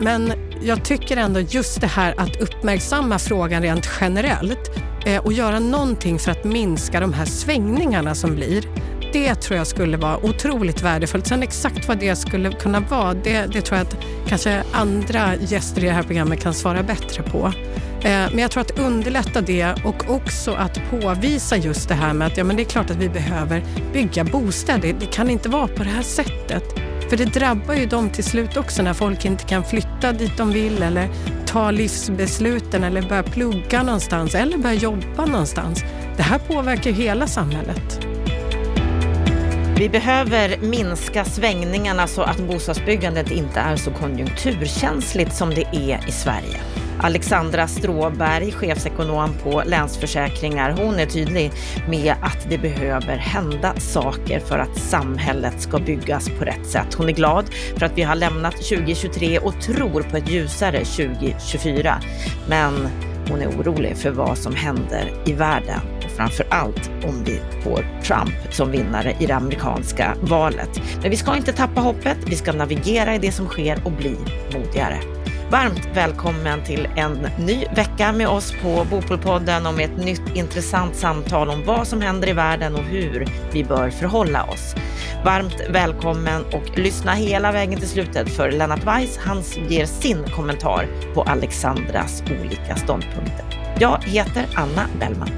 Men jag tycker ändå just det här att uppmärksamma frågan rent generellt och göra någonting för att minska de här svängningarna som blir. Det tror jag skulle vara otroligt värdefullt. Sen exakt vad det skulle kunna vara, det tror jag att kanske andra gäster i det här programmet kan svara bättre på. Men jag tror att underlätta det och också att påvisa just det här med att men det är klart att vi behöver bygga bostäder. Det kan inte vara på det här sättet. För det drabbar ju dem till slut också när folk inte kan flytta dit de vill eller ta livsbesluten eller börja plugga någonstans eller börja jobba någonstans. Det här påverkar ju hela samhället. Vi behöver minska svängningarna så att bostadsbyggandet inte är så konjunkturkänsligt som det är i Sverige. Alexandra Stråberg, chefsekonom på Länsförsäkringar, hon är tydlig med att det behöver hända saker för att samhället ska byggas på rätt sätt. Hon är glad för att vi har lämnat 2023 och tror på ett ljusare 2024. Men hon är orolig för vad som händer i världen och framförallt om vi får Trump som vinnare i det amerikanska valet. Men vi ska inte tappa hoppet, vi ska navigera i det som sker och bli modigare. Varmt välkommen till en ny vecka med oss på Bopolpodden om ett nytt intressant samtal om vad som händer i världen och hur vi bör förhålla oss. Varmt välkommen och lyssna hela vägen till slutet för Lennart Weiss, han ger sin kommentar på Alexandras olika ståndpunkter. Jag heter Anna Bellman.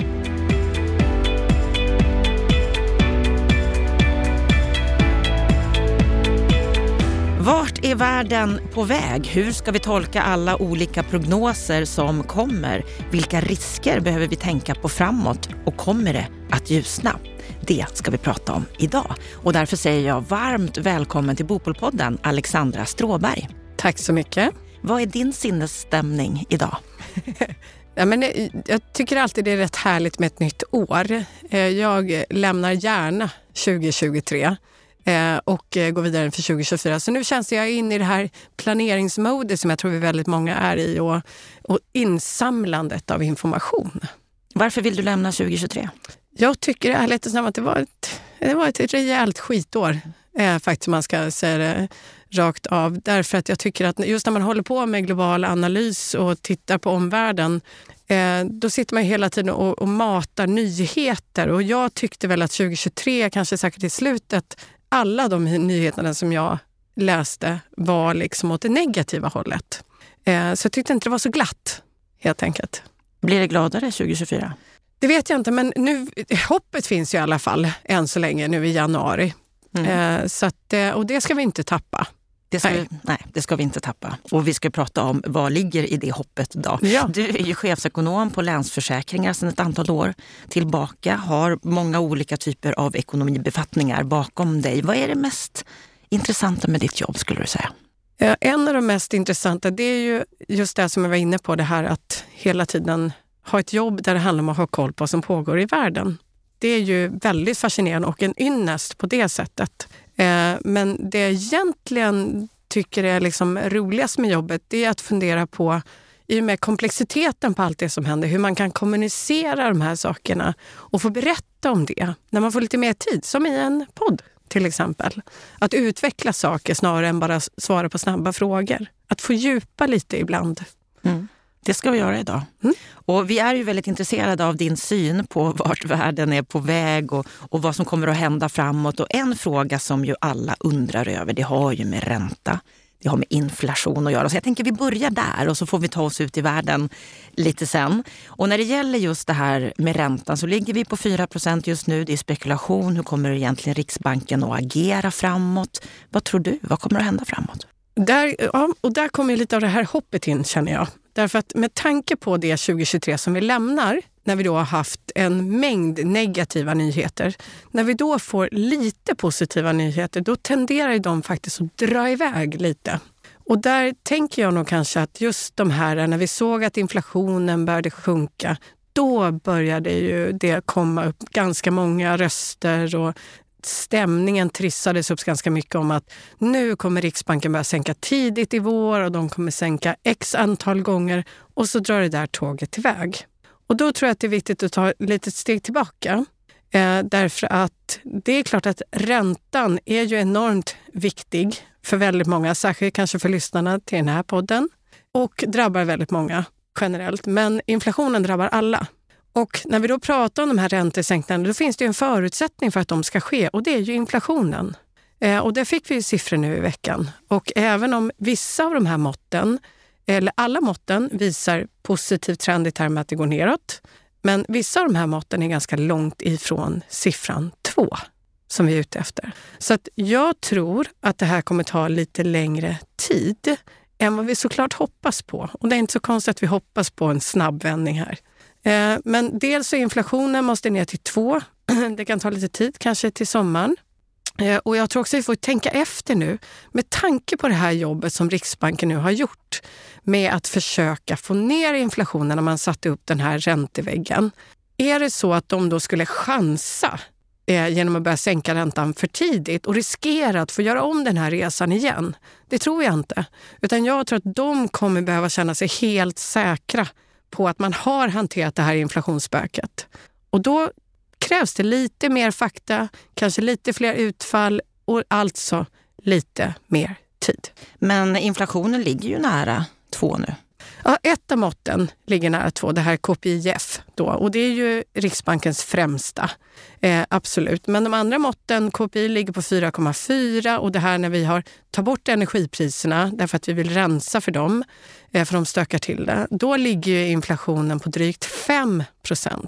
Vart är världen på väg? Hur ska vi tolka alla olika prognoser som kommer? Vilka risker behöver vi tänka på framåt? Och kommer det att ljusna? Det ska vi prata om idag. Och därför säger jag varmt välkommen till Bopolpodden, Alexandra Stråberg. Tack så mycket. Vad är din sinnesstämning idag? Jag tycker alltid det är rätt härligt med ett nytt år. Jag lämnar gärna 2023. Och gå vidare för 2024. Så nu känns jag in i det här planeringsmodet som jag tror vi väldigt många är i och insamlandet av information. Varför vill du lämna 2023? Jag tycker ärligt och snabbt att det var ett rejält skitår. Faktiskt man ska säga det rakt av. Därför att jag tycker att just när man håller på med global analys och tittar på omvärlden då sitter man hela tiden och matar nyheter. Och jag tyckte väl att 2023 kanske säkert i slutet alla de nyheterna som jag läste var liksom åt det negativa hållet. Så jag tyckte inte det var så glatt, helt enkelt. Blir det gladare 2024? Det vet jag inte, men nu, hoppet finns ju i alla fall än så länge nu i januari. Och det ska vi inte tappa. Det ska vi inte tappa. Och vi ska prata om vad ligger i det hoppet då. Ja. Du är ju chefsekonom på Länsförsäkringar sedan ett antal år tillbaka. Har många olika typer av ekonomibefattningar bakom dig. Vad är det mest intressanta med ditt jobb skulle du säga? En av de mest intressanta det är ju just det som jag var inne på. Det här att hela tiden ha ett jobb där det handlar om att ha koll på vad som pågår i världen. Det är ju väldigt fascinerande och en ynnest på det sättet. Men det jag egentligen tycker är liksom roligast med jobbet det är att fundera på i och med komplexiteten på allt det som händer, hur man kan kommunicera de här sakerna och få berätta om det när man får lite mer tid, som i en podd till exempel. Att utveckla saker snarare än bara svara på snabba frågor. Att få djupa lite ibland. Det ska vi göra idag. Och vi är ju väldigt intresserade av din syn på vart världen är på väg och vad som kommer att hända framåt. Och en fråga som ju alla undrar över, det har ju med ränta, det har med inflation att göra. Så jag tänker vi börjar där och så får vi ta oss ut i världen lite sen. Och när det gäller just det här med räntan så ligger vi på 4% just nu. Det är spekulation. Hur kommer egentligen Riksbanken att agera framåt? Vad tror du? Vad kommer att hända framåt? Där kommer lite av det här hoppet in känner jag. Därför att med tanke på det 2023 som vi lämnar, när vi då har haft en mängd negativa nyheter, när vi då får lite positiva nyheter, då tenderar ju de faktiskt att dra iväg lite. Och där tänker jag nog kanske att just de här, när vi såg att inflationen började sjunka, då började ju det komma upp ganska många röster och stämningen trissades upp ganska mycket om att nu kommer Riksbanken börja sänka tidigt i vår och de kommer sänka x antal gånger och så drar det där tåget iväg. Och då tror jag att det är viktigt att ta ett litet steg tillbaka. Därför att det är klart att räntan är ju enormt viktig för väldigt många, särskilt kanske för lyssnarna till den här podden, och drabbar väldigt många generellt. Men inflationen drabbar alla. Och när vi då pratar om de här räntesänkningarna, då finns det ju en förutsättning för att de ska ske, och det är ju inflationen. Och det fick vi ju siffror nu i veckan. Och även om vissa av de här måtten, eller alla måtten, visar positiv trend i termer att det går neråt, men vissa av de här måtten är ganska långt ifrån siffran 2 som vi är ute efter. Så att jag tror att det här kommer ta lite längre tid än vad vi såklart hoppas på. Och det är inte så konstigt att vi hoppas på en snabb vändning här. Men dels så inflationen måste ner till 2. Det kan ta lite tid, kanske till sommaren. Och jag tror också att vi får tänka efter nu med tanke på det här jobbet som Riksbanken nu har gjort med att försöka få ner inflationen när man satte upp den här ränteväggen. Är det så att de då skulle chansa genom att börja sänka räntan för tidigt och riskera att få göra om den här resan igen? Det tror jag inte. Utan jag tror att de kommer behöva känna sig helt säkra på att man har hanterat det här inflationsspöket. Och då krävs det lite mer fakta, kanske lite fler utfall och alltså lite mer tid. Men inflationen ligger ju nära 2 nu. Ja, ett av måtten ligger nära 2, det här KPIF då, och det är ju Riksbankens främsta, absolut. Men de andra måtten, KPI ligger på 4,4 och det här när vi har tagit bort energipriserna därför att vi vill rensa för dem, för de stökar till det, då ligger ju inflationen på drygt 5%.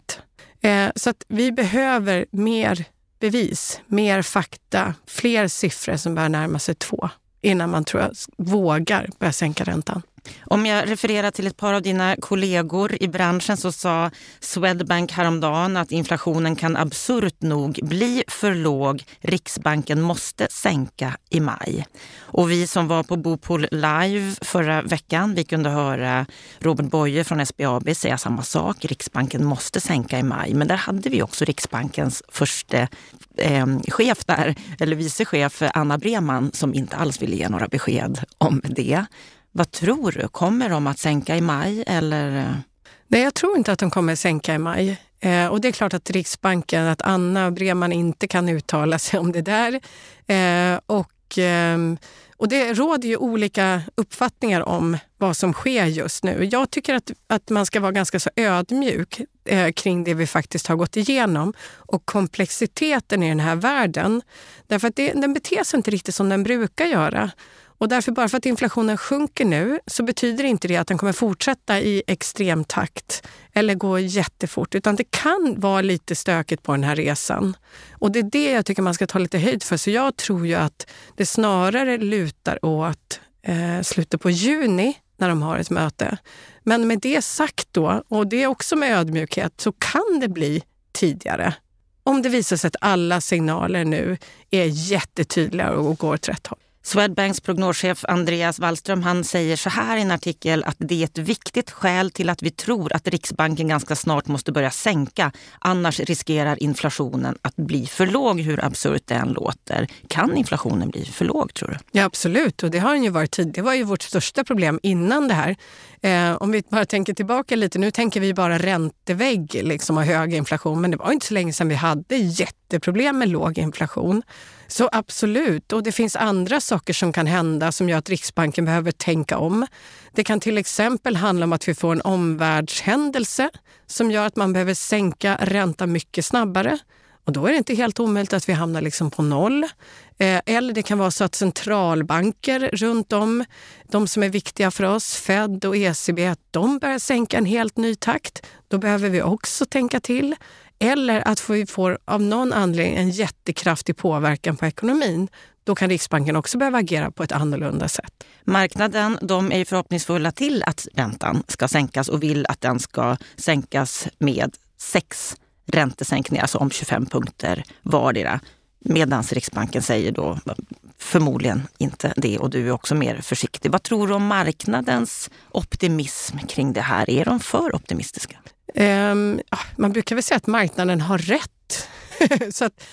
Så att vi behöver mer bevis, mer fakta, fler siffror som börjar närma sig 2 innan man tror jag vågar börja sänka räntan. Om jag refererar till ett par av dina kollegor i branschen så sa Swedbank häromdagen att inflationen kan absurt nog bli för låg. Riksbanken måste sänka i maj. Och vi som var på Bopol Live förra veckan, vi kunde höra Robert Boye från SBAB säga samma sak. Riksbanken måste sänka i maj. Men där hade vi också Riksbankens första chef där, eller vicechef Anna Breman, som inte alls ville ge några besked om det. Vad tror du? Kommer de att sänka i maj? Eller? Nej, jag tror inte att de kommer att sänka i maj. Och det är klart att Riksbanken, att Anna Breman inte kan uttala sig om det där. Och det råder ju olika uppfattningar om vad som sker just nu. Jag tycker att man ska vara ganska så ödmjuk kring det vi faktiskt har gått igenom och komplexiteten i den här världen. Därför att den beter sig inte riktigt som den brukar göra. Och därför bara för att inflationen sjunker nu så betyder inte det att den kommer fortsätta i extrem takt eller gå jättefort. Utan det kan vara lite stökigt på den här resan. Och det är det jag tycker man ska ta lite höjd för. Så jag tror ju att det snarare lutar åt slutet på juni när de har ett möte. Men med det sagt då, och det är också med ödmjukhet, så kan det bli tidigare. Om det visar sig att alla signaler nu är jättetydliga och går åt rätt håll. Swedbanks prognoschef Andreas Wallström, han säger så här i en artikel att det är ett viktigt skäl till att vi tror att Riksbanken ganska snart måste börja sänka. Annars riskerar inflationen att bli för låg, hur absurt det än låter. Kan inflationen bli för låg, tror du? Ja, absolut. Och det har den ju varit tid. Det var ju vårt största problem innan det här. Om vi bara tänker tillbaka lite, nu tänker vi bara räntevägg liksom, och hög inflation. Men det var inte så länge sedan vi hade jätteproblem med låg inflation. Så absolut, och det finns andra saker som kan hända som gör att Riksbanken behöver tänka om. Det kan till exempel handla om att vi får en omvärldshändelse som gör att man behöver sänka räntan mycket snabbare. Och då är det inte helt omöjligt att vi hamnar liksom på 0. Eller det kan vara så att centralbanker runt om, de som är viktiga för oss, Fed och ECB, att de börjar sänka en helt ny takt. Då behöver vi också tänka till. Eller att vi får av någon anledning en jättekraftig påverkan på ekonomin. Då kan Riksbanken också behöva agera på ett annorlunda sätt. Marknaden, de är ju förhoppningsfulla till att räntan ska sänkas och vill att den ska sänkas med 6 räntesänkningar, alltså om 25 punkter vardera. Medan Riksbanken säger då förmodligen inte det, och du är också mer försiktig. Vad tror du om marknadens optimism kring det här? Är de för optimistiska? Man brukar väl säga att marknaden har rätt. Så att,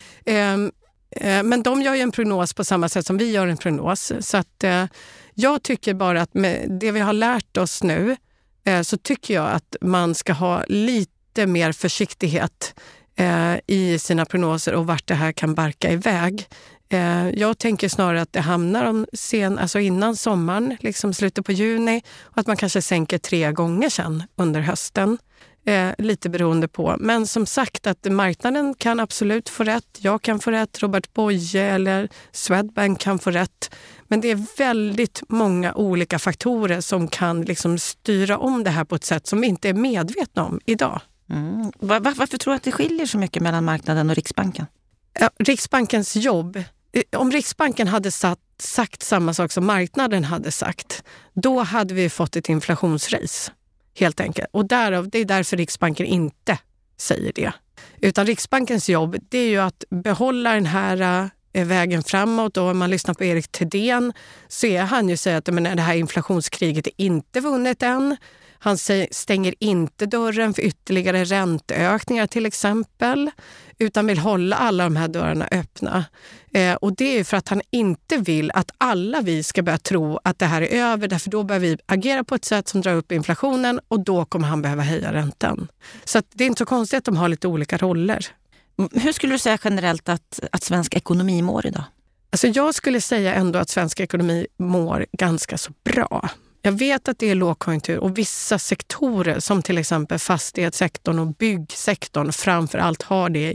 men de gör ju en prognos på samma sätt som vi gör en prognos. Så att, jag tycker bara att med det vi har lärt oss nu så tycker jag att man ska ha lite mer försiktighet i sina prognoser och vart det här kan barka iväg. Jag tänker snarare att det hamnar alltså innan sommaren, liksom slutet på juni, och att man kanske sänker 3 gånger sen under hösten. Lite beroende på. Men som sagt att marknaden kan absolut få rätt. Jag kan få rätt, Robert Boye eller Swedbank kan få rätt. Men det är väldigt många olika faktorer som kan liksom styra om det här på ett sätt som vi inte är medvetna om idag. Varför tror du att det skiljer så mycket mellan marknaden och Riksbanken? Riksbankens jobb. Om Riksbanken hade sagt samma sak som marknaden hade sagt, då hade vi fått ett inflationsrace. Helt enkelt. Och det är därför Riksbanken inte säger det. Utan Riksbankens jobb, det är ju att behålla den här vägen framåt. Och om man lyssnar på Erik Thedéen så är han ju säger att det här inflationskriget är inte vunnet än. Han stänger inte dörren för ytterligare ränteökningar till exempel, utan vill hålla alla de här dörrarna öppna. Och det är ju för att han inte vill att alla vi ska börja tro att det här är över, därför då börjar vi agera på ett sätt som drar upp inflationen och då kommer han behöva höja räntan. Så att det är inte så konstigt att de har lite olika roller. Hur skulle du säga generellt att svensk ekonomi mår idag? Alltså jag skulle säga ändå att svensk ekonomi mår ganska så bra. Jag vet att det är lågkonjunktur och vissa sektorer som till exempel fastighetssektorn och byggsektorn framförallt har det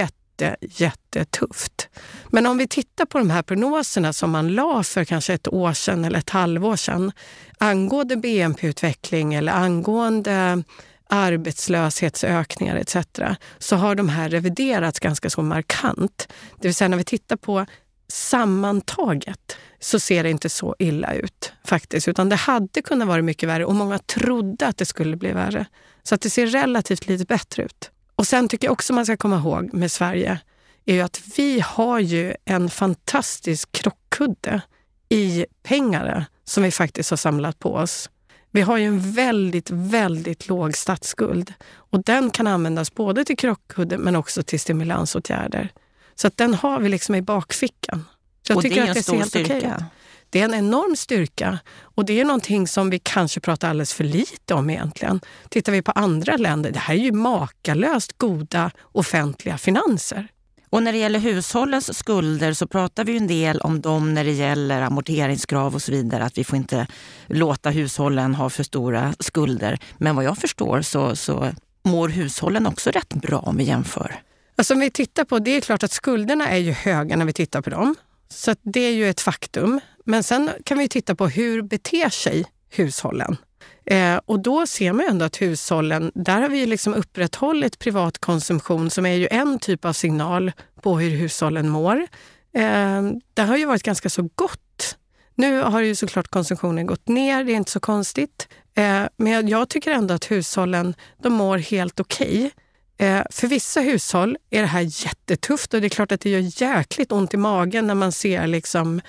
jättetufft. Men om vi tittar på de här prognoserna som man la för kanske ett år sedan eller ett halvår sedan angående BNP-utveckling eller angående arbetslöshetsökningar etc. så har de här reviderats ganska så markant. Det vill säga när vi tittar på sammantaget så ser det inte så illa ut faktiskt, utan det hade kunnat vara mycket värre och många trodde att det skulle bli värre. Så att det ser relativt lite bättre ut. Och sen tycker jag också man ska komma ihåg med Sverige är ju att vi har ju en fantastisk krockkudde i pengar som vi faktiskt har samlat på oss. Vi har ju en väldigt låg statsskuld och den kan användas både till krockkudde men också till stimulansåtgärder. Så att den har vi liksom i bakfickan. Så jag tycker att det är helt okej. Det är en enorm styrka och det är någonting som vi kanske pratar alldeles för lite om egentligen. Tittar vi på andra länder, det här är ju makalöst goda offentliga finanser. Och när det gäller hushållens skulder så pratar vi ju en del om dem när det gäller amorteringskrav och så vidare. Att vi får inte låta hushållen ha för stora skulder. Men vad jag förstår så mår hushållen också rätt bra om vi jämför. Alltså om vi tittar på, det är klart att skulderna är ju höga när vi tittar på dem. Så att det är ju ett faktum. Men sen kan vi titta på hur beter sig hushållen. Och då ser man ju ändå att hushållen, där har vi liksom upprätthållit privat konsumtion som är ju en typ av signal på hur hushållen mår. Det har ju varit ganska så gott. Nu har ju såklart konsumtionen gått ner, det är inte så konstigt. Men jag tycker ändå att hushållen, de mår helt okej. För vissa hushåll är det här jättetufft och det är klart att det gör jäkligt ont i magen när man ser liksom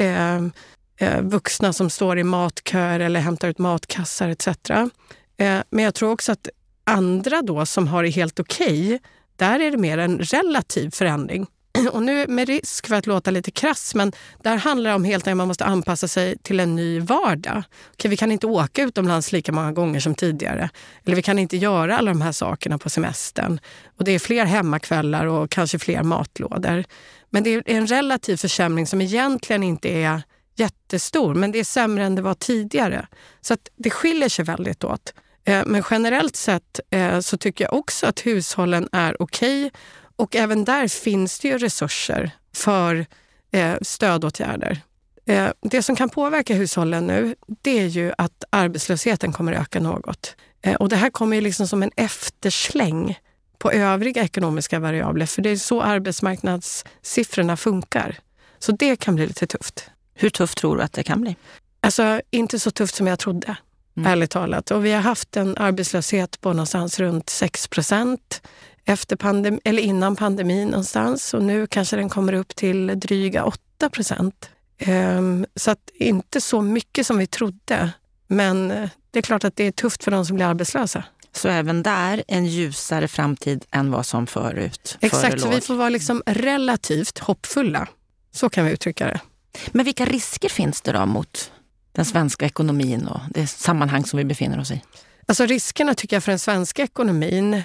vuxna som står i matköer eller hämtar ut matkassar etc. Men jag tror också att andra då som har det helt okej, där är det mer en relativ förändring. Och nu med risk för att låta lite krass, men där handlar det om helt enkelt att man måste anpassa sig till en ny vardag. Okej, vi kan inte åka utomlands lika många gånger som tidigare. Eller vi kan inte göra alla de här sakerna på semestern. Och det är fler hemmakvällar och kanske fler matlådor. Men det är en relativ försämring som egentligen inte är jättestor, men det är sämre än det var tidigare. Så att det skiljer sig väldigt åt. Men generellt sett så tycker jag också att hushållen är okej. Och även där finns det ju resurser för stödåtgärder. Det som kan påverka hushållen nu, det är ju att arbetslösheten kommer att öka något. Och det här kommer ju liksom som en eftersläng på övriga ekonomiska variabler. För det är så arbetsmarknadssiffrorna funkar. Så det kan bli lite tufft. Hur tufft tror du att det kan bli? Alltså inte så tufft som jag trodde, ärligt talat. Och vi har haft en arbetslöshet på någonstans runt 6% efter eller innan pandemin någonstans. Och nu kanske den kommer upp till dryga 8%. Så att inte så mycket som vi trodde. Men det är klart att det är tufft för de som blir arbetslösa. Så även där en ljusare framtid än vad som förut Exakt, förelåg. så vi får vara liksom relativt hoppfulla. Så kan vi uttrycka det. Men vilka risker finns det då mot den svenska ekonomin och det sammanhang som vi befinner oss i? Alltså riskerna tycker jag för den svenska ekonomin,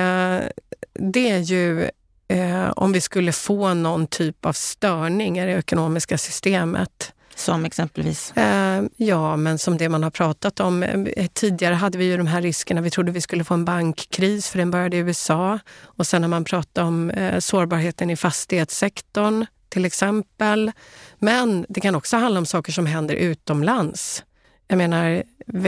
det är ju om vi skulle få någon typ av störning i det ekonomiska systemet. Som exempelvis? Ja, men som det man har pratat om. Tidigare hade vi ju de här riskerna. Vi trodde vi skulle få en bankkris, för den började i USA. Och sen har man pratat om sårbarheten i fastighetssektorn till exempel. Men det kan också handla om saker som händer utomlands. Jag menar,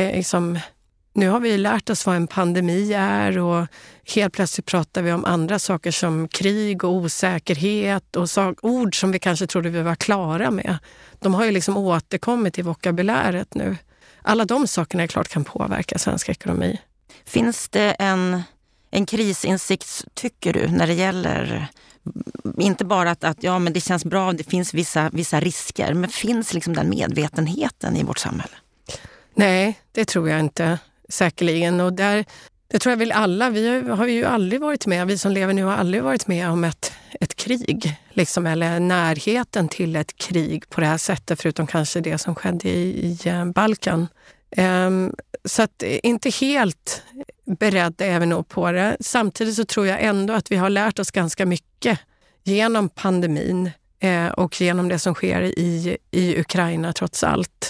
nu har vi lärt oss vad en pandemi är och helt plötsligt pratar vi om andra saker som krig och osäkerhet och ord som vi kanske trodde vi var klara med. De har ju liksom återkommit i vokabuläret nu. Alla de sakerna är klart kan påverka svensk ekonomi. Finns det en krisinsikt, tycker du, när det gäller inte bara att ja, men det känns bra, det finns vissa risker, men finns liksom den medvetenheten i vårt samhälle? Nej, det tror jag inte. Säkerligen. Och det tror jag väl alla. Vi har ju aldrig varit med, vi som lever nu har aldrig varit med om ett krig. Liksom, eller närheten till ett krig på det här sättet, förutom kanske det som skedde i Balkan. Så att inte helt beredda även på det. Samtidigt så tror jag ändå att vi har lärt oss ganska mycket genom pandemin och genom det som sker i Ukraina trots allt.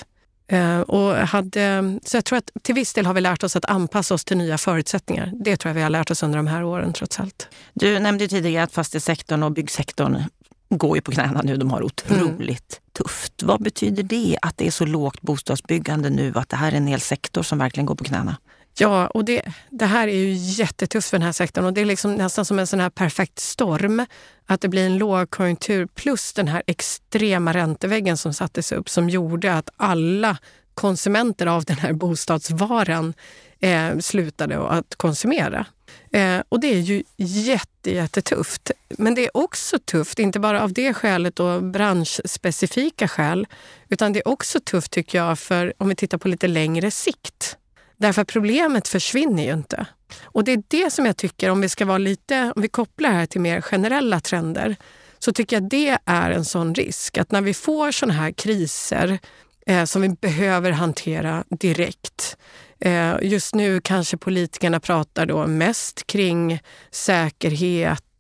Så jag tror att till viss del har vi lärt oss att anpassa oss till nya förutsättningar. Det tror jag vi har lärt oss under de här åren trots allt. Du nämnde ju tidigare att fastighetssektorn och byggsektorn går ju på knäna nu. De har otroligt tufft. Vad betyder det att det är så lågt bostadsbyggande nu, att det här är en hel sektor som verkligen går på knäna? Ja, och det här är ju jättetufft för den här sektorn och det är liksom nästan som en sån här perfekt storm att det blir en lågkonjunktur plus den här extrema ränteväggen som sattes upp som gjorde att alla konsumenter av den här bostadsvaran slutade att konsumera. Och det är ju jättetufft. Men det är också tufft, inte bara av det skälet och branschspecifika skäl, utan det är också tufft tycker jag för om vi tittar på lite längre sikt. Därför problemet försvinner ju inte. Och det är det som jag tycker, om vi kopplar här till mer generella trender, så tycker jag det är en sån risk att när vi får såna här kriser som vi behöver hantera direkt. Just nu kanske politikerna pratar då mest kring säkerhet,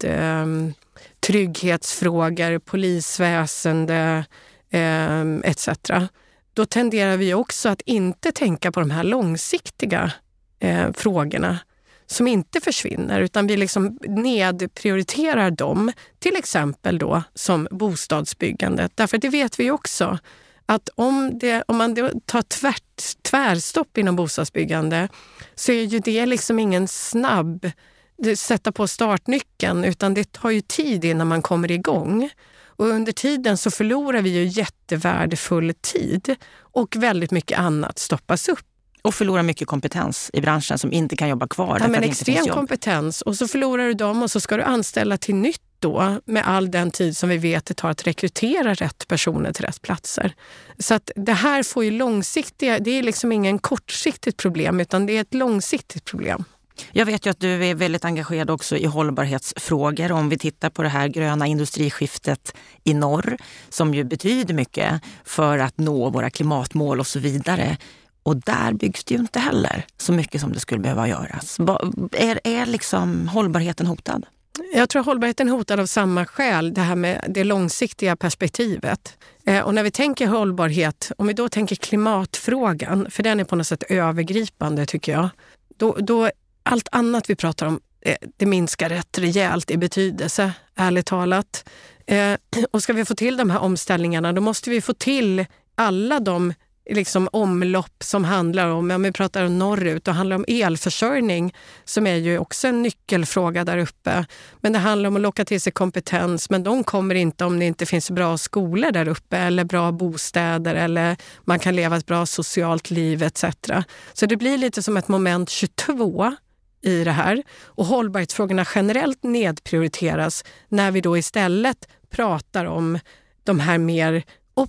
trygghetsfrågor, polisväsende etc. Då tenderar vi också att inte tänka på de här långsiktiga frågorna som inte försvinner, utan vi liksom nedprioriterar dem, till exempel då som bostadsbyggandet. Därför det vet vi också att om man då tar tvärstopp inom bostadsbyggande så är ju det liksom ingen snabb sätta på startnyckeln, utan det tar ju tid innan man kommer igång. Och under tiden så förlorar vi ju jättevärdefull tid och väldigt mycket annat stoppas upp. Och förlorar mycket kompetens i branschen som inte kan jobba kvar. Ja, men extrem kompetens. Och så förlorar du dem och så ska du anställa till nytt då med all den tid som vi vet det tar att rekrytera rätt personer till rätt platser. Så att det här får ju långsiktiga, det är liksom ingen kortsiktigt problem utan det är ett långsiktigt problem. Jag vet ju att du är väldigt engagerad också i hållbarhetsfrågor. Om vi tittar på det här gröna industriskiftet i norr som ju betyder mycket för att nå våra klimatmål och så vidare. Och där byggs det ju inte heller så mycket som det skulle behöva göras. Är liksom hållbarheten hotad? Jag tror hållbarheten är hotad av samma skäl, det här med det långsiktiga perspektivet. Och när vi tänker hållbarhet, om vi då tänker klimatfrågan, för den är på något sätt övergripande tycker jag, då allt annat vi pratar om, det minskar rätt rejält i betydelse, ärligt talat. Och ska vi få till de här omställningarna, då måste vi få till alla de liksom omlopp som handlar om vi pratar om norrut och handlar om elförsörjning som är ju också en nyckelfråga där uppe. Men det handlar om att locka till sig kompetens, men de kommer inte om det inte finns bra skolor där uppe eller bra bostäder eller man kan leva ett bra socialt liv etc. Så det blir lite som ett moment 22 i det här och hållbarhetsfrågorna generellt nedprioriteras när vi då istället pratar om de här mer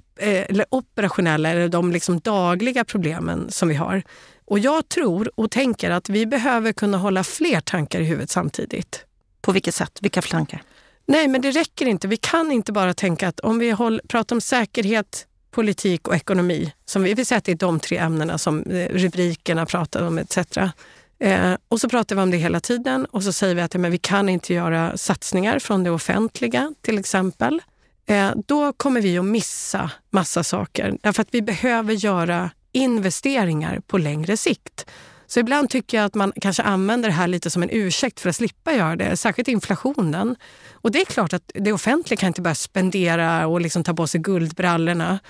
operationella eller de liksom dagliga problemen som vi har. Och jag tror och tänker att vi behöver kunna hålla fler tankar i huvudet samtidigt. På vilket sätt? Vilka tankar? Nej, men det räcker inte. Vi kan inte bara tänka att om vi pratar om säkerhet politik och ekonomi. Som vi vill säga att det är de 3 ämnena som rubrikerna pratar om etc. Och så pratar vi om det hela tiden och så säger vi att men vi kan inte göra satsningar från det offentliga till exempel. Då kommer vi att missa massa saker. Därför att vi behöver göra investeringar på längre sikt. Så ibland tycker jag att man kanske använder det här lite som en ursäkt för att slippa göra det, särskilt inflationen. Och det är klart att det offentliga kan inte bara spendera och liksom ta på sig guldbrallorna.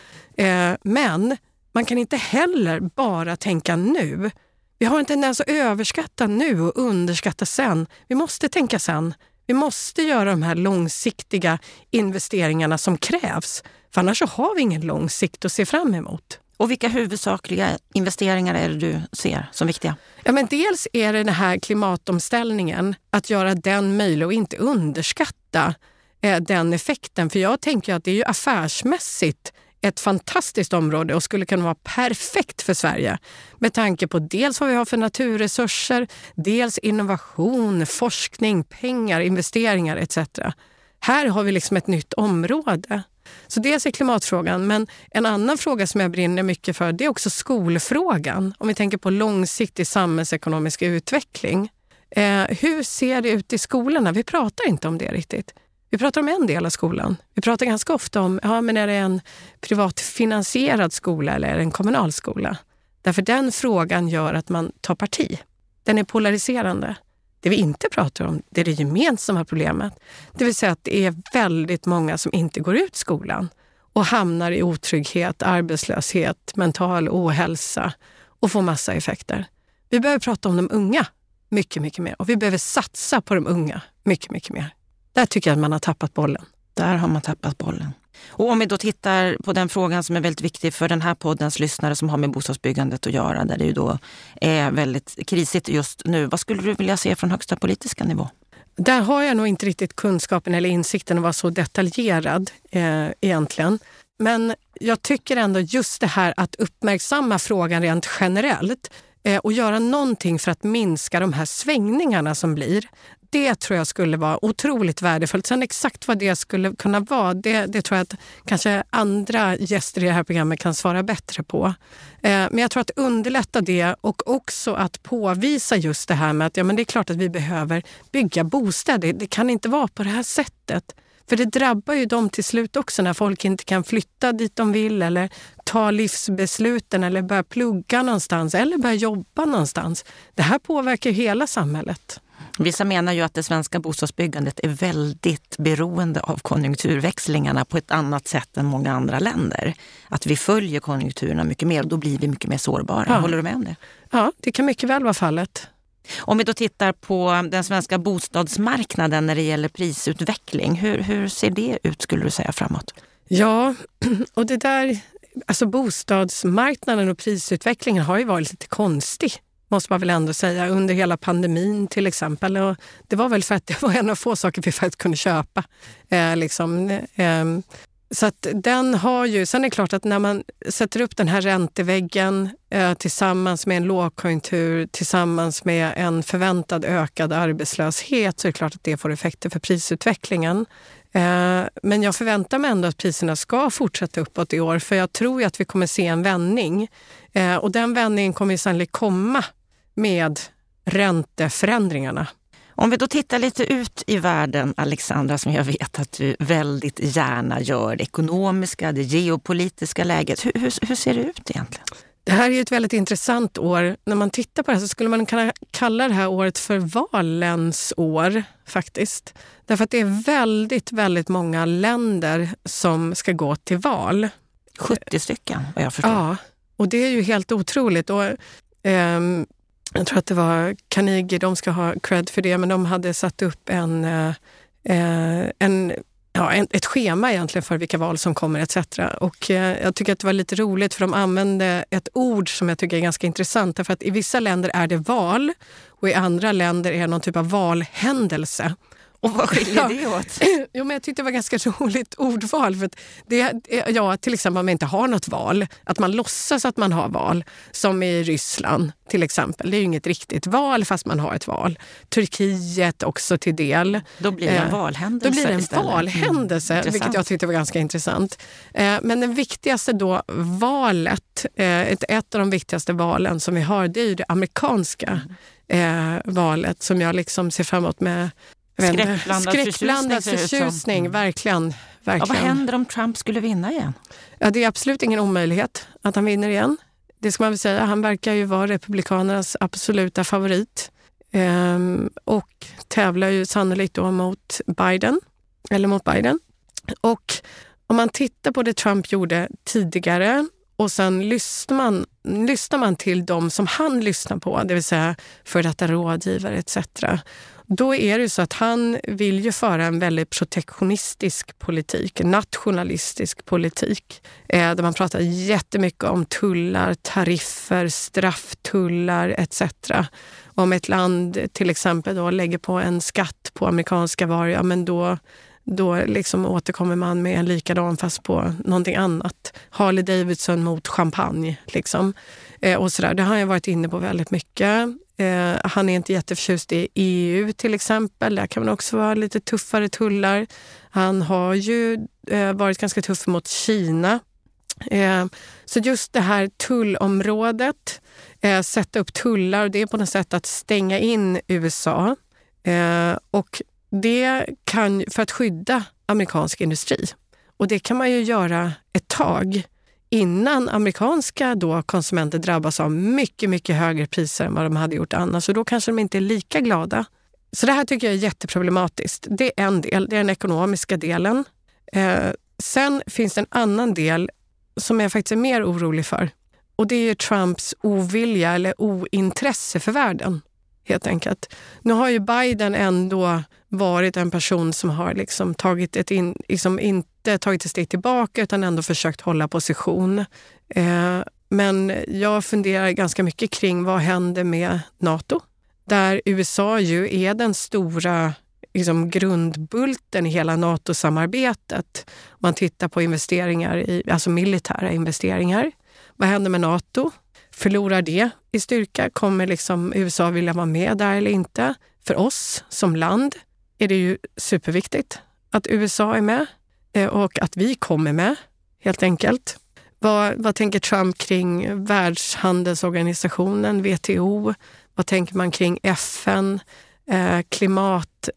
Men man kan inte heller bara tänka nu. Vi har en tendens att överskatta nu och underskatta sen. Vi måste tänka sen. Vi måste göra de här långsiktiga investeringarna som krävs. För annars så har vi ingen lång sikt att se fram emot. Och vilka huvudsakliga investeringar är det du ser som viktiga? Ja, men dels är det den här klimatomställningen, att göra den möjlig och inte underskatta den effekten. För jag tänker att det är ju affärsmässigt ett fantastiskt område och skulle kunna vara perfekt för Sverige. Med tanke på dels vad vi har för naturresurser, dels innovation, forskning, pengar, investeringar etc. Här har vi liksom ett nytt område. Så dels är klimatfrågan, men en annan fråga som jag brinner mycket för, det är också skolfrågan. Om vi tänker på långsiktig samhällsekonomisk utveckling. Hur ser det ut i skolorna? Vi pratar inte om det riktigt. Vi pratar om en del av skolan. Vi pratar ganska ofta om, men är det en privatfinansierad skola eller är det en kommunal skola? Därför den frågan gör att man tar parti. Den är polariserande. Det vi inte pratar om, det är det gemensamma problemet. Det vill säga att det är väldigt många som inte går ut skolan och hamnar i otrygghet, arbetslöshet, mental ohälsa och får massa effekter. Vi behöver prata om de unga mycket, mycket mer. Och vi behöver satsa på de unga mycket, mycket mer. Där tycker jag att man har tappat bollen. Där har man tappat bollen. Och om vi då tittar på den frågan som är väldigt viktig för den här poddens lyssnare som har med bostadsbyggandet att göra, där det ju då är väldigt krisigt just nu. Vad skulle du vilja se från högsta politiska nivå? Där har jag nog inte riktigt kunskapen eller insikten att vara så detaljerad egentligen. Men jag tycker ändå just det här att uppmärksamma frågan rent generellt och göra någonting för att minska de här svängningarna som blir. Det tror jag skulle vara otroligt värdefullt. Sen exakt vad det skulle kunna vara, det tror jag att kanske andra gäster i det här programmet kan svara bättre på. Men jag tror att underlätta det och också att påvisa just det här med att men det är klart att vi behöver bygga bostäder. Det kan inte vara på det här sättet. För det drabbar ju dem till slut också när folk inte kan flytta dit de vill eller ta livsbesluten eller börja plugga någonstans eller börja jobba någonstans. Det här påverkar hela samhället. Vissa menar ju att det svenska bostadsbyggandet är väldigt beroende av konjunkturväxlingarna på ett annat sätt än många andra länder. Att vi följer konjunkturerna mycket mer och då blir vi mycket mer sårbara. Ja. Håller du med om det? Ja, det kan mycket väl vara fallet. Om vi då tittar på den svenska bostadsmarknaden när det gäller prisutveckling, hur ser det ut skulle du säga framåt? Ja, och det där, alltså bostadsmarknaden och prisutvecklingen har ju varit lite konstig. Måste man väl ändå säga, under hela pandemin till exempel. Och det var väl för att det var en av få saker vi faktiskt kunde köpa. Så att den har ju, sen är det klart att när man sätter upp den här ränteväggen tillsammans med en lågkonjunktur, tillsammans med en förväntad ökad arbetslöshet, så är det klart att det får effekter för prisutvecklingen. Men jag förväntar mig ändå att priserna ska fortsätta uppåt i år, för jag tror ju att vi kommer se en vändning. Och den vändningen kommer ju sannolikt komma med ränteförändringarna. Om vi då tittar lite ut i världen, Alexandra, som jag vet att du väldigt gärna gör, det ekonomiska, det geopolitiska läget. Hur ser det ut egentligen? Det här är ju ett väldigt intressant år. När man tittar på det här så skulle man kunna kalla det här året för valens år faktiskt. Därför att det är väldigt, väldigt många länder som ska gå till val. 70 stycken, vad jag förstår. Ja, och det är ju helt otroligt. Och jag tror att det var Carnegie, de ska ha cred för det, men de hade satt upp ett schema egentligen för vilka val som kommer etc. Och jag tycker att det var lite roligt för de använde ett ord som jag tycker är ganska intressant. Därför att i vissa länder är det val och i andra länder är det någon typ av valhändelse. Och vad skiljer det åt? Jo, men jag tyckte det var ganska roligt ordval. För att till exempel om man inte har något val, att man låtsas att man har val, som i Ryssland till exempel. Det är ju inget riktigt val fast man har ett val. Turkiet också till del. Då blir det en valhändelse. Då blir det en valhändelse, vilket jag tyckte var ganska intressant. Men den viktigaste då valet, ett av de viktigaste valen som vi har, det är ju det amerikanska valet som jag liksom ser framåt med skräckblandad förtjusning. Verkligen. Ja, vad händer om Trump skulle vinna igen? Ja, det är absolut ingen omöjlighet att han vinner igen. Det ska man väl säga. Han verkar ju vara republikanernas absoluta favorit. Och tävlar ju sannolikt då mot Biden. Och om man tittar på det Trump gjorde tidigare och sen lyssnar man till dem som han lyssnar på, det vill säga för detta rådgivare etc. Då är det så att han vill ju föra en väldigt protektionistisk politik, nationalistisk politik. Där man pratar jättemycket om tullar, tariffer, strafftullar etc. Om ett land till exempel då lägger på en skatt på amerikanska varor, ja, men då liksom återkommer man med en likadan fast på någonting annat. Harley Davidson mot champagne liksom. Och sådär. Det har jag varit inne på väldigt mycket. Han är inte jätteförtjust i EU till exempel. Där kan man också vara lite tuffare tullar. Han har ju varit ganska tuff mot Kina. Så just det här tullområdet, sätta upp tullar, och det är på något sätt att stänga in USA. Och det kan för att skydda amerikansk industri. Och det kan man ju göra ett tag innan amerikanska då konsumenter drabbas av mycket, mycket högre priser än vad de hade gjort annars. Och då kanske de inte är lika glada. Så det här tycker jag är jätteproblematiskt. Det är en del, det är den ekonomiska delen. Sen finns det en annan del som jag faktiskt är mer orolig för. Och det är ju Trumps ovilja eller ointresse för världen. Helt enkelt. Nu har ju Biden ändå varit en person som har liksom inte tagit ett steg tillbaka utan ändå försökt hålla position. Men jag funderar ganska mycket kring vad händer med NATO. Där USA ju är den stora liksom, grundbulten i hela NATO-samarbetet. Man tittar på investeringar, alltså militära investeringar. Vad händer med NATO? Förlorar det i styrka? Kommer liksom USA vilja vara med där eller inte? För oss som land är det ju superviktigt att USA är med och att vi kommer med, helt enkelt. Vad tänker Trump kring Världshandelsorganisationen, WTO? Vad tänker man kring FN, klimat,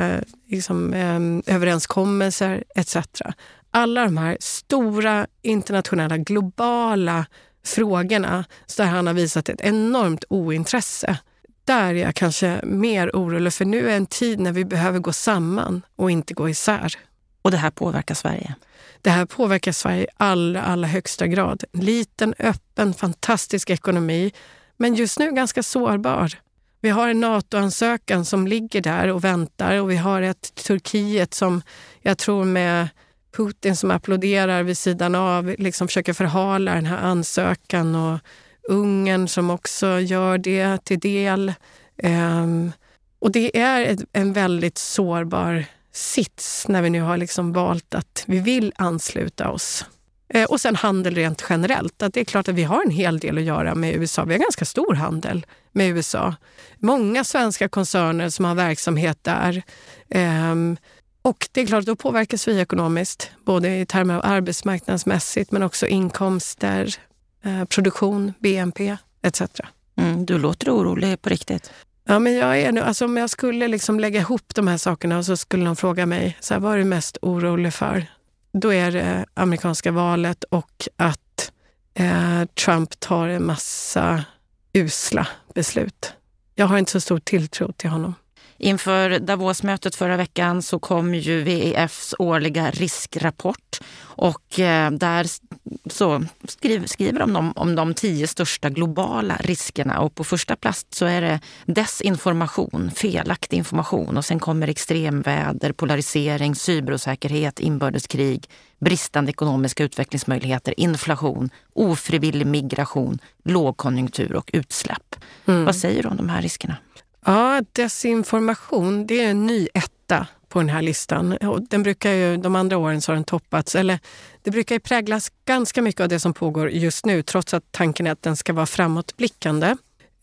överenskommelser etc. Alla de här stora internationella, globala frågorna där han har visat ett enormt ointresse. Där är jag kanske mer orolig, för nu är en tid när vi behöver gå samman och inte gå isär. Och det här påverkar Sverige? Det här påverkar Sverige i allra högsta grad. Liten, öppen, fantastisk ekonomi, men just nu ganska sårbar. Vi har en NATO-ansökan som ligger där och väntar, och vi har ett Turkiet som jag tror med Putin som applåderar vid sidan av liksom försöker förhala den här ansökan, och Ungern som också gör det till del. Och det är en väldigt sårbar sits när vi nu har liksom valt att vi vill ansluta oss. Och sen handel rent generellt. Att det är klart att vi har en hel del att göra med USA. Vi har ganska stor handel med USA. Många svenska koncerner som har verksamhet där. Och det är klart, då påverkas vi ekonomiskt. Både i termer av arbetsmarknadsmässigt men också inkomster, produktion, BNP etc. Du låter orolig på riktigt. Ja, men jag är nu, alltså om jag skulle liksom lägga ihop de här sakerna och så skulle någon fråga mig, så här, vad är du mest orolig för? Då är det amerikanska valet och att Trump tar en massa usla beslut. Jag har inte så stor tilltro till honom. Inför Davos-mötet förra veckan så kom ju WEFs årliga riskrapport, och där så skriver de om de 10 största globala riskerna, och på första plats så är det desinformation, felaktig information, och sen kommer extremväder, polarisering, cyberosäkerhet, inbördeskrig, bristande ekonomiska utvecklingsmöjligheter, inflation, ofrivillig migration, lågkonjunktur och utsläpp. Vad säger du om de här riskerna? Ja, desinformation, det är en ny etta på den här listan. Den brukar ju, de andra åren så har den toppats. Eller det brukar ju präglas ganska mycket av det som pågår just nu, trots att tanken är att den ska vara framåtblickande.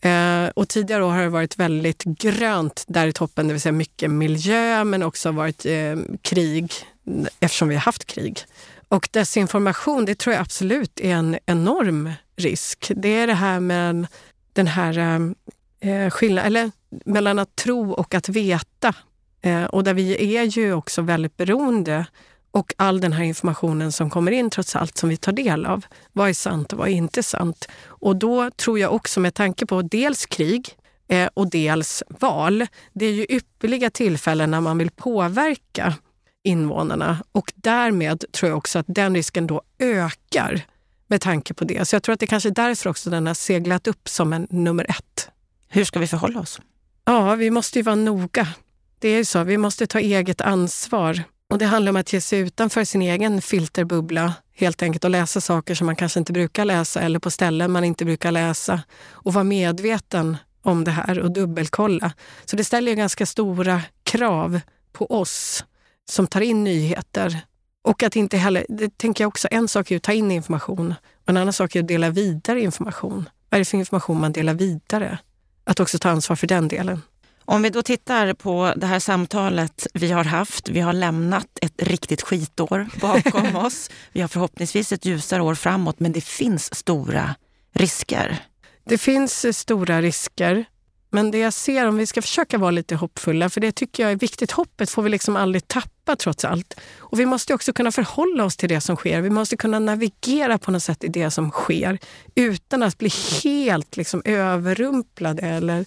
Och tidigare år har det varit väldigt grönt där i toppen, det vill säga mycket miljö, men också varit krig, eftersom vi har haft krig. Och desinformation, det tror jag absolut är en enorm risk. Det är det här med den här skillnaden, eller mellan att tro och att veta. Och där vi är ju också väldigt beroende, och all den här informationen som kommer in trots allt som vi tar del av. Vad är sant och vad är inte sant? Och då tror jag också, med tanke på dels krig och dels val, det är ju ypperliga tillfällen när man vill påverka invånarna, och därmed tror jag också att den risken då ökar med tanke på det. Så jag tror att det kanske är därför också den har seglat upp som en nummer 1. Hur ska vi förhålla oss? Ja, vi måste ju vara noga. Det är ju så, vi måste ta eget ansvar. Och det handlar om att ge sig utanför sin egen filterbubbla helt enkelt, och läsa saker som man kanske inte brukar läsa, eller på ställen man inte brukar läsa. Och vara medveten om det här och dubbelkolla. Så det ställer ju ganska stora krav på oss som tar in nyheter. Och att inte heller, det tänker jag också, en sak är att ta in information, och en annan sak är att dela vidare information. Vad är det för information man delar vidare? Att också ta ansvar för den delen. Om vi då tittar på det här samtalet vi har haft, vi har lämnat ett riktigt skitår bakom oss. Vi har förhoppningsvis ett ljusare år framåt, men det finns stora risker. Det finns stora risker, men det jag ser, om vi ska försöka vara lite hoppfulla, för det tycker jag är viktigt, hoppet får vi liksom aldrig tappa trots allt. Och vi måste också kunna förhålla oss till det som sker. Vi måste kunna navigera på något sätt i det som sker utan att bli helt liksom överrumplade eller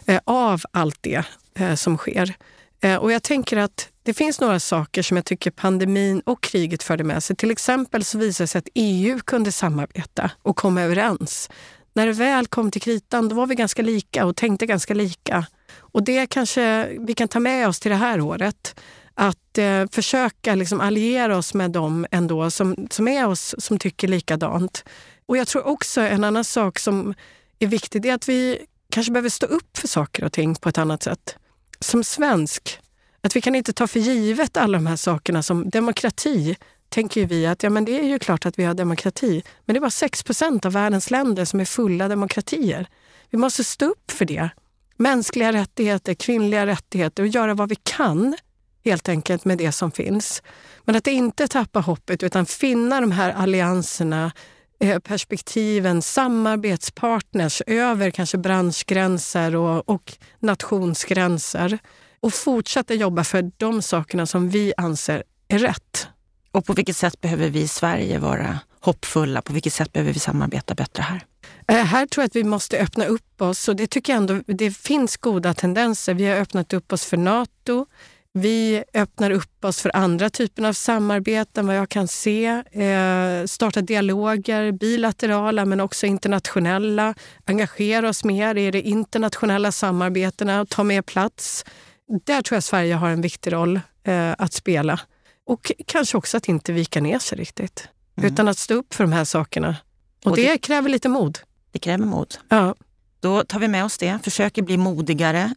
av allt det som sker. Och jag tänker att det finns några saker som jag tycker pandemin och kriget förde med sig. Till exempel så visade det sig att EU kunde samarbeta och komma överens. När det väl kom till kritan, då var vi ganska lika och tänkte ganska lika. Och det kanske vi kan ta med oss till det här året. Att försöka liksom alliera oss med dem ändå som är oss, som tycker likadant. Och jag tror också en annan sak som är viktig, det är att vi kanske behöver stå upp för saker och ting på ett annat sätt. Som svensk, att vi kan inte ta för givet alla de här sakerna som demokrati. Tänker vi att ja, men det är ju klart att vi har demokrati. Men det är bara 6% av världens länder som är fulla demokratier. Vi måste stå upp för det. Mänskliga rättigheter, kvinnliga rättigheter, och göra vad vi kan helt enkelt med det som finns. Men att inte tappa hoppet, utan finna de här allianserna, perspektiven, samarbetspartners över kanske branschgränser och nationsgränser. Och fortsätta jobba för de sakerna som vi anser är rätt. Och på vilket sätt behöver vi i Sverige vara hoppfulla? På vilket sätt behöver vi samarbeta bättre här? Här tror jag att vi måste öppna upp oss, och det tycker jag ändå, det finns goda tendenser. Vi har öppnat upp oss för NATO. Vi öppnar upp oss för andra typer av samarbeten, vad jag kan se. Starta dialoger, bilaterala men också internationella. Engagera oss mer i de internationella samarbetena och ta mer plats. Där tror jag Sverige har en viktig roll att spela. Och kanske också att inte vika ner sig riktigt. Utan att stå upp för de här sakerna. Och det kräver lite mod. Det kräver mod. Ja. Då tar vi med oss det. Försöker bli modigare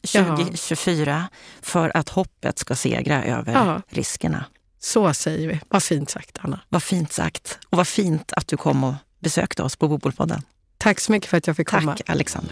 2024 för att hoppet ska segra över riskerna. Så säger vi. Vad fint sagt, Anna. Vad fint sagt. Och vad fint att du kom och besökte oss på Bopolpodden. Tack så mycket för att jag fick komma. Tack, Alexandra.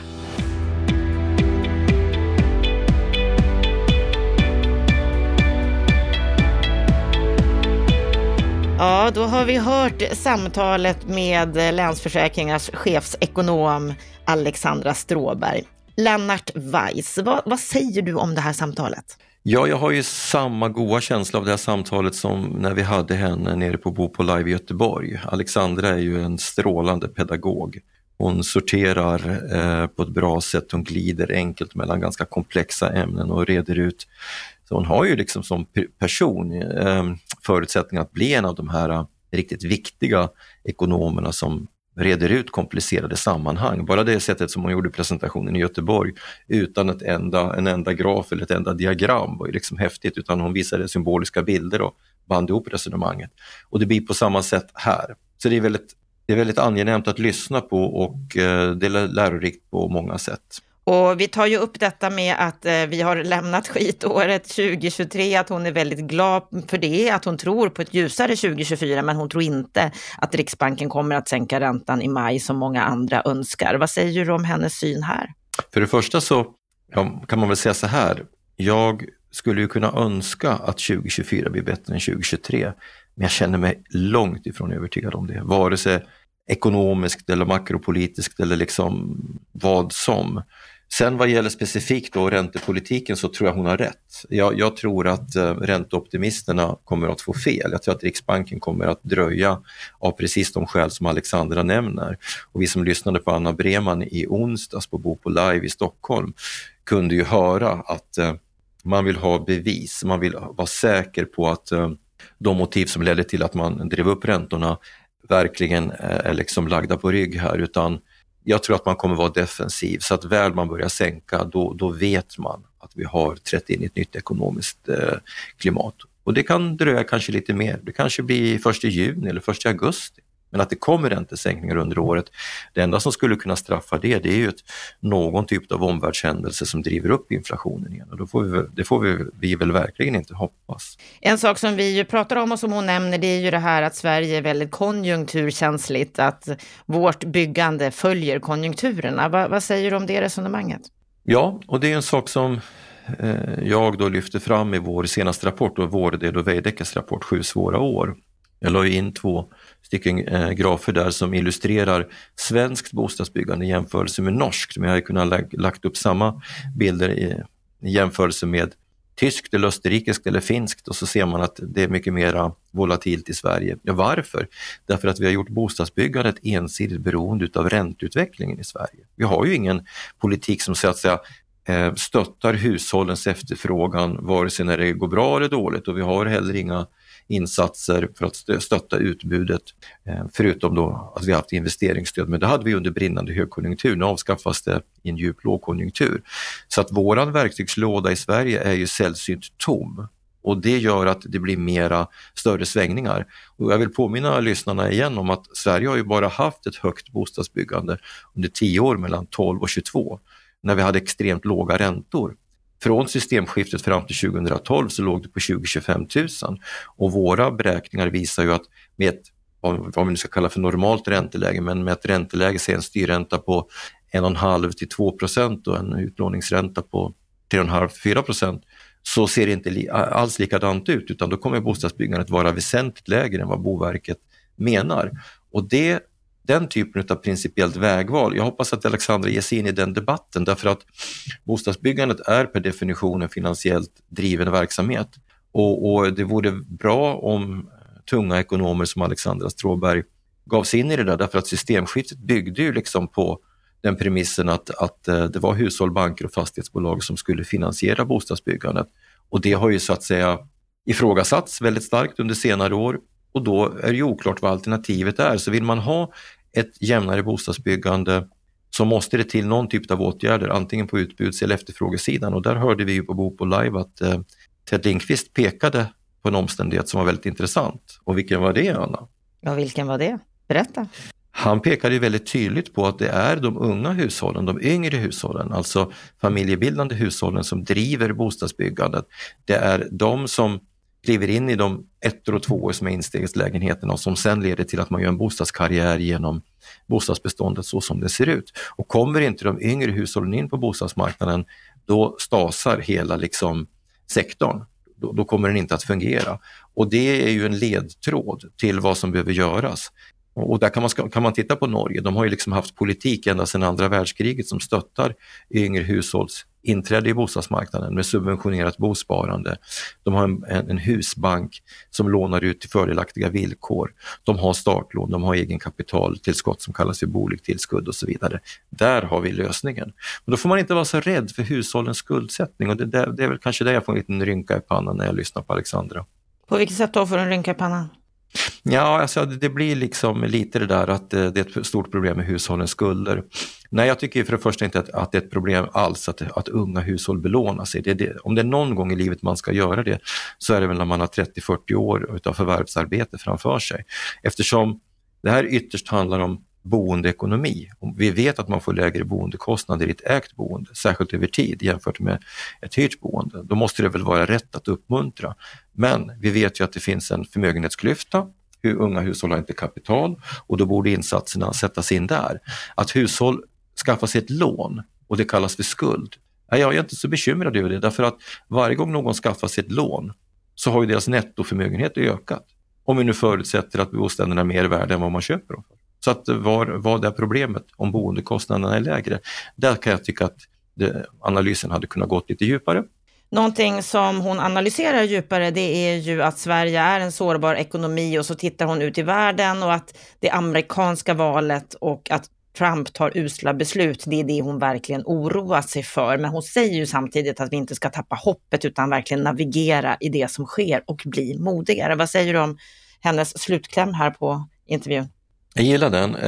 Ja, då har vi hört samtalet med Länsförsäkringars chefsekonom Alexandra Stråberg. Lennart Weiss, vad säger du om det här samtalet? Ja, jag har ju samma goda känsla av det här samtalet som när vi hade henne nere på Bopol Live i Göteborg. Alexandra är ju en strålande pedagog. Hon sorterar på ett bra sätt, hon glider enkelt mellan ganska komplexa ämnen och reder ut. Så hon har ju liksom som person förutsättningar att bli en av de här riktigt viktiga ekonomerna som reder ut komplicerade sammanhang. Bara det sättet som hon gjorde presentationen i Göteborg utan en enda graf eller ett enda diagram var ju liksom häftigt, utan hon visade symboliska bilder och band ihop resonemanget. Och det blir på samma sätt här. Så det är väldigt angenämt att lyssna på, och det är lärorikt på många sätt. Och vi tar ju upp detta med att vi har lämnat skitåret 2023, att hon är väldigt glad för det, att hon tror på ett ljusare 2024, men hon tror inte att Riksbanken kommer att sänka räntan i maj som många andra önskar. Vad säger du om hennes syn här? För det första så kan man väl säga så här, jag skulle ju kunna önska att 2024 blir bättre än 2023, men jag känner mig långt ifrån övertygad om det, vare sig ekonomiskt eller makropolitiskt eller liksom vad som. Sen vad gäller specifikt då räntepolitiken så tror jag hon har rätt. Jag tror att ränteoptimisterna kommer att få fel. Jag tror att Riksbanken kommer att dröja av precis de skäl som Alexandra nämner. Och vi som lyssnade på Anna Breman i onsdags på Bopo Live i Stockholm kunde ju höra att man vill ha bevis. Man vill vara säker på att de motiv som ledde till att man drev upp räntorna verkligen är liksom lagda på rygg här, utan jag tror att man kommer vara defensiv, så att väl man börjar sänka då vet man att vi har trätt in i ett nytt ekonomiskt klimat. Och det kan dröja kanske lite mer, det kanske blir 1 juni eller 1 augusti. Men att det kommer räntesänkningar under året, det enda som skulle kunna straffa det är ju någon typ av omvärldshändelse som driver upp inflationen igen. Och det får vi väl verkligen inte hoppas. En sak som vi ju pratar om och som hon nämner, det är ju det här att Sverige är väldigt konjunkturkänsligt, att vårt byggande följer konjunkturerna. Vad säger du om det resonemanget? Ja, och det är en sak som jag då lyfter fram i vår senaste rapport, och det är då Veidekes rapport 7 svåra år. Jag la in 2 stycken grafer där som illustrerar svenskt bostadsbyggande i jämförelse med norskt. Men jag hade kunnat lagt upp samma bilder i jämförelse med tyskt eller österrikiskt eller finskt, och så ser man att det är mycket mer volatilt i Sverige. Ja, varför? Därför att vi har gjort bostadsbyggandet ensidigt beroende av ränteutvecklingen i Sverige. Vi har ju ingen politik som så att säga stöttar hushållens efterfrågan vare sig när det går bra eller dåligt, och vi har heller inga insatser för att stötta utbudet, förutom då att vi har haft investeringsstöd, men det hade vi under brinnande högkonjunktur. Nu avskaffas det i en djup lågkonjunktur. Så att våran verktygslåda i Sverige är ju sällsynt tom, och det gör att det blir mera större svängningar. Och jag vill påminna lyssnarna igen om att Sverige har ju bara haft ett högt bostadsbyggande under 10 år mellan 12 och 22, när vi hade extremt låga räntor. Från systemskiftet fram till 2012 så låg det på 20-25 000, och våra beräkningar visar ju att med ett, vad vi nu ska kalla för normalt ränteläge, men med ett ränteläge, så är en styrränta på 1,5-2% och en utlåningsränta på 3,5-4%, så ser det inte alls likadant ut, utan då kommer bostadsbyggandet vara väsentligt lägre än vad Boverket menar. Och den typen av principiellt vägval, jag hoppas att Alexandra ger sig in i den debatten, därför att bostadsbyggandet är per definition en finansiellt driven verksamhet, och det vore bra om tunga ekonomer som Alexandra Stråberg gav sig in i det där, därför att systemskiftet byggde ju liksom på den premissen att det var hushåll, banker och fastighetsbolag som skulle finansiera bostadsbyggandet, och det har ju så att säga ifrågasatts väldigt starkt under senare år. Och då är det ju oklart vad alternativet är. Så vill man ha ett jämnare bostadsbyggande så måste det till någon typ av åtgärder, antingen på utbuds- eller efterfrågesidan. Och där hörde vi ju på Bopo Live att Ted Lindqvist pekade på en omständighet som var väldigt intressant. Och vilken var det, Anna? Ja, vilken var det? Berätta. Han pekade ju väldigt tydligt på att det är de unga hushållen, de yngre hushållen, alltså familjebildande hushållen som driver bostadsbyggandet. Det är de som kliver in i de 1 och 2 år som är instegslägenheterna, och som sen leder till att man gör en bostadskarriär genom bostadsbeståndet så som det ser ut. Och kommer inte de yngre hushållen in på bostadsmarknaden, då stasar hela liksom sektorn. Då kommer den inte att fungera. Och det är ju en ledtråd till vad som behöver göras. Och där kan man titta på Norge. De har ju liksom haft politik ända sedan andra världskriget som stöttar yngre hushålls inträde i bostadsmarknaden med subventionerat bosparande. De har en husbank som lånar ut till fördelaktiga villkor. De har startlån, de har egen kapitaltillskott som kallas för boligtillskudd och så vidare. Där har vi lösningen. Men då får man inte vara så rädd för hushållens skuldsättning, och det är väl kanske där jag får en liten rynka i pannan när jag lyssnar på Alexandra. På vilket sätt då får du en rynka i pannan? Ja, alltså det blir liksom lite det där att det är ett stort problem med hushållens skulder. Nej, jag tycker för det första inte att det är ett problem alls att unga hushåll belånar sig. Om det är någon gång i livet man ska göra det, så är det väl när man har 30-40 år av förvärvsarbete framför sig. Eftersom det här ytterst handlar om boendeekonomi. Och vi vet att man får lägre boendekostnader i ett ägt boende, särskilt över tid jämfört med ett hyrt boende. Då måste det väl vara rätt att uppmuntra. Men vi vet ju att det finns en förmögenhetsklyfta. Hur unga hushåll har inte kapital och då borde insatserna sättas in där. Att hushåll skaffar sig ett lån och det kallas för skuld. Jag är inte så bekymrad över det, därför att varje gång någon skaffar sig ett lån så har ju deras nettoförmögenhet ökat. Om vi nu förutsätter att bostäderna är mer värda än vad man köper dem för. Så att vad är problemet om boendekostnaderna är lägre? Där kan jag tycka att analysen hade kunnat gått lite djupare. Någonting som hon analyserar djupare, det är ju att Sverige är en sårbar ekonomi, och så tittar hon ut i världen och att det amerikanska valet och att Trump tar usla beslut, det är det hon verkligen oroar sig för. Men hon säger ju samtidigt att vi inte ska tappa hoppet utan verkligen navigera i det som sker och bli modigare. Vad säger du om hennes slutkläm här på intervjun? Jag gillar den.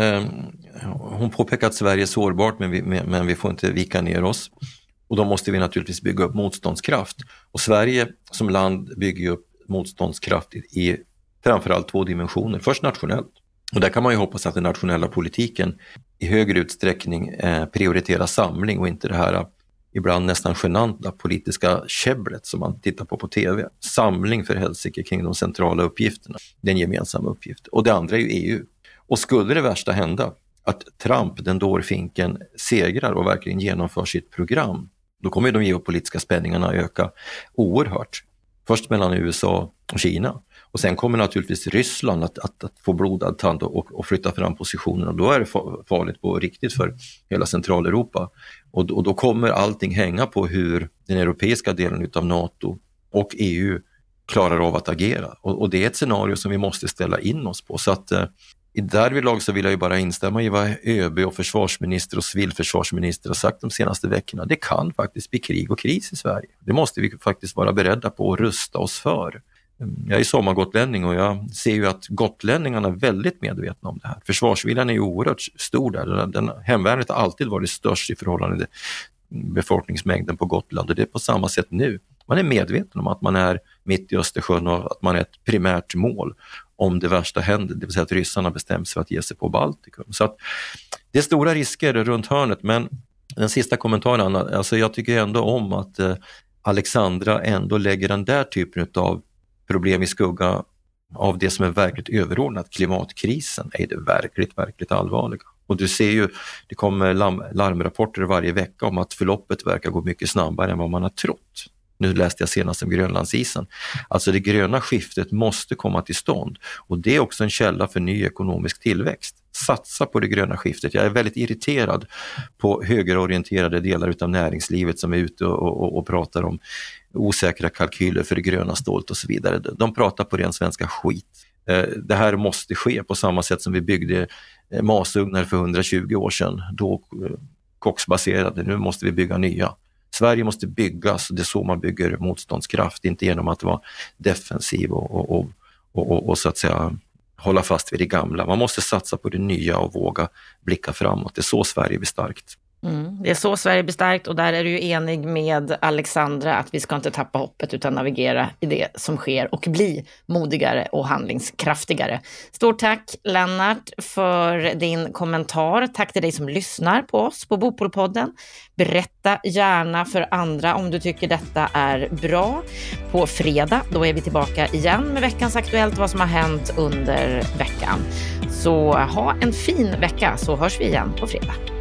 Hon påpekar att Sverige är sårbart, men vi får inte vika ner oss. Och då måste vi naturligtvis bygga upp motståndskraft. Och Sverige som land bygger upp motståndskraft i framförallt 2 dimensioner. Först nationellt. Och där kan man ju hoppas att den nationella politiken i högre utsträckning prioriterar samling och inte det här ibland nästan genanta politiska käbblet som man tittar på tv. Samling för helsike kring de centrala uppgifterna. Det är en gemensam uppgift. Och det andra är ju EU. Och skulle det värsta hända, att Trump, den dårfinken, segrar och verkligen genomför sitt program, då kommer de geopolitiska spänningarna öka oerhört. Först mellan USA och Kina. Och sen kommer naturligtvis Ryssland att få blodad tand och flytta fram positionerna. Och då är det farligt på riktigt för hela Centraleuropa. Och då kommer allting hänga på hur den europeiska delen av NATO och EU klarar av att agera. Och det är ett scenario som vi måste ställa in oss på. Så att i därvidlag så vill jag ju bara instämma i vad ÖB och försvarsminister och civilförsvarsminister har sagt de senaste veckorna. Det kan faktiskt bli krig och kris i Sverige. Det måste vi faktiskt vara beredda på att rusta oss för. Jag är sommargotlänning och jag ser ju att gotlänningarna är väldigt medvetna om det här. Försvarsviljan är ju oerhört stor där. Hemvärnet har alltid varit störst i förhållande till befolkningsmängden på Gotland, och det är på samma sätt nu. Man är medveten om att man är mitt i Östersjön och att man är ett primärt mål om det värsta händer, det vill säga att ryssarna bestämt sig för att ge sig på Baltikum. Så att det är stora risker runt hörnet, men den sista kommentaren, alltså jag tycker ändå om att Alexandra ändå lägger den där typen av problem i skugga av det som är verkligt överordnat. Klimatkrisen är det verkligt allvarliga. Och du ser ju, det kommer larmrapporter varje vecka om att förloppet verkar gå mycket snabbare än vad man har trott. Nu läste jag senast om Grönlandsisen. Alltså det gröna skiftet måste komma till stånd. Och det är också en källa för ny ekonomisk tillväxt. Satsa på det gröna skiftet. Jag är väldigt irriterad på högerorienterade delar av näringslivet som är ute och pratar om osäkra kalkyler för det gröna stålet och så vidare. De pratar på ren svenska skit. Det här måste ske på samma sätt som vi byggde masugnar för 120 år sedan. Då koksbaserade. Nu måste vi bygga nya. Sverige måste byggas, det är så man bygger motståndskraft, inte genom att vara defensiv och så att säga hålla fast vid det gamla. Man måste satsa på det nya och våga blicka framåt. Det är så Sverige blir starkt. Det är så Sverige blir starkt, och där är du ju enig med Alexandra att vi ska inte tappa hoppet utan navigera i det som sker och bli modigare och handlingskraftigare. Stort tack Lennart för din kommentar. Tack till dig som lyssnar på oss på Bopolpodden. Berätta gärna för andra om du tycker detta är bra. På fredag då är vi tillbaka igen med veckans Aktuellt, vad som har hänt under veckan. Så ha en fin vecka, så hörs vi igen på fredag.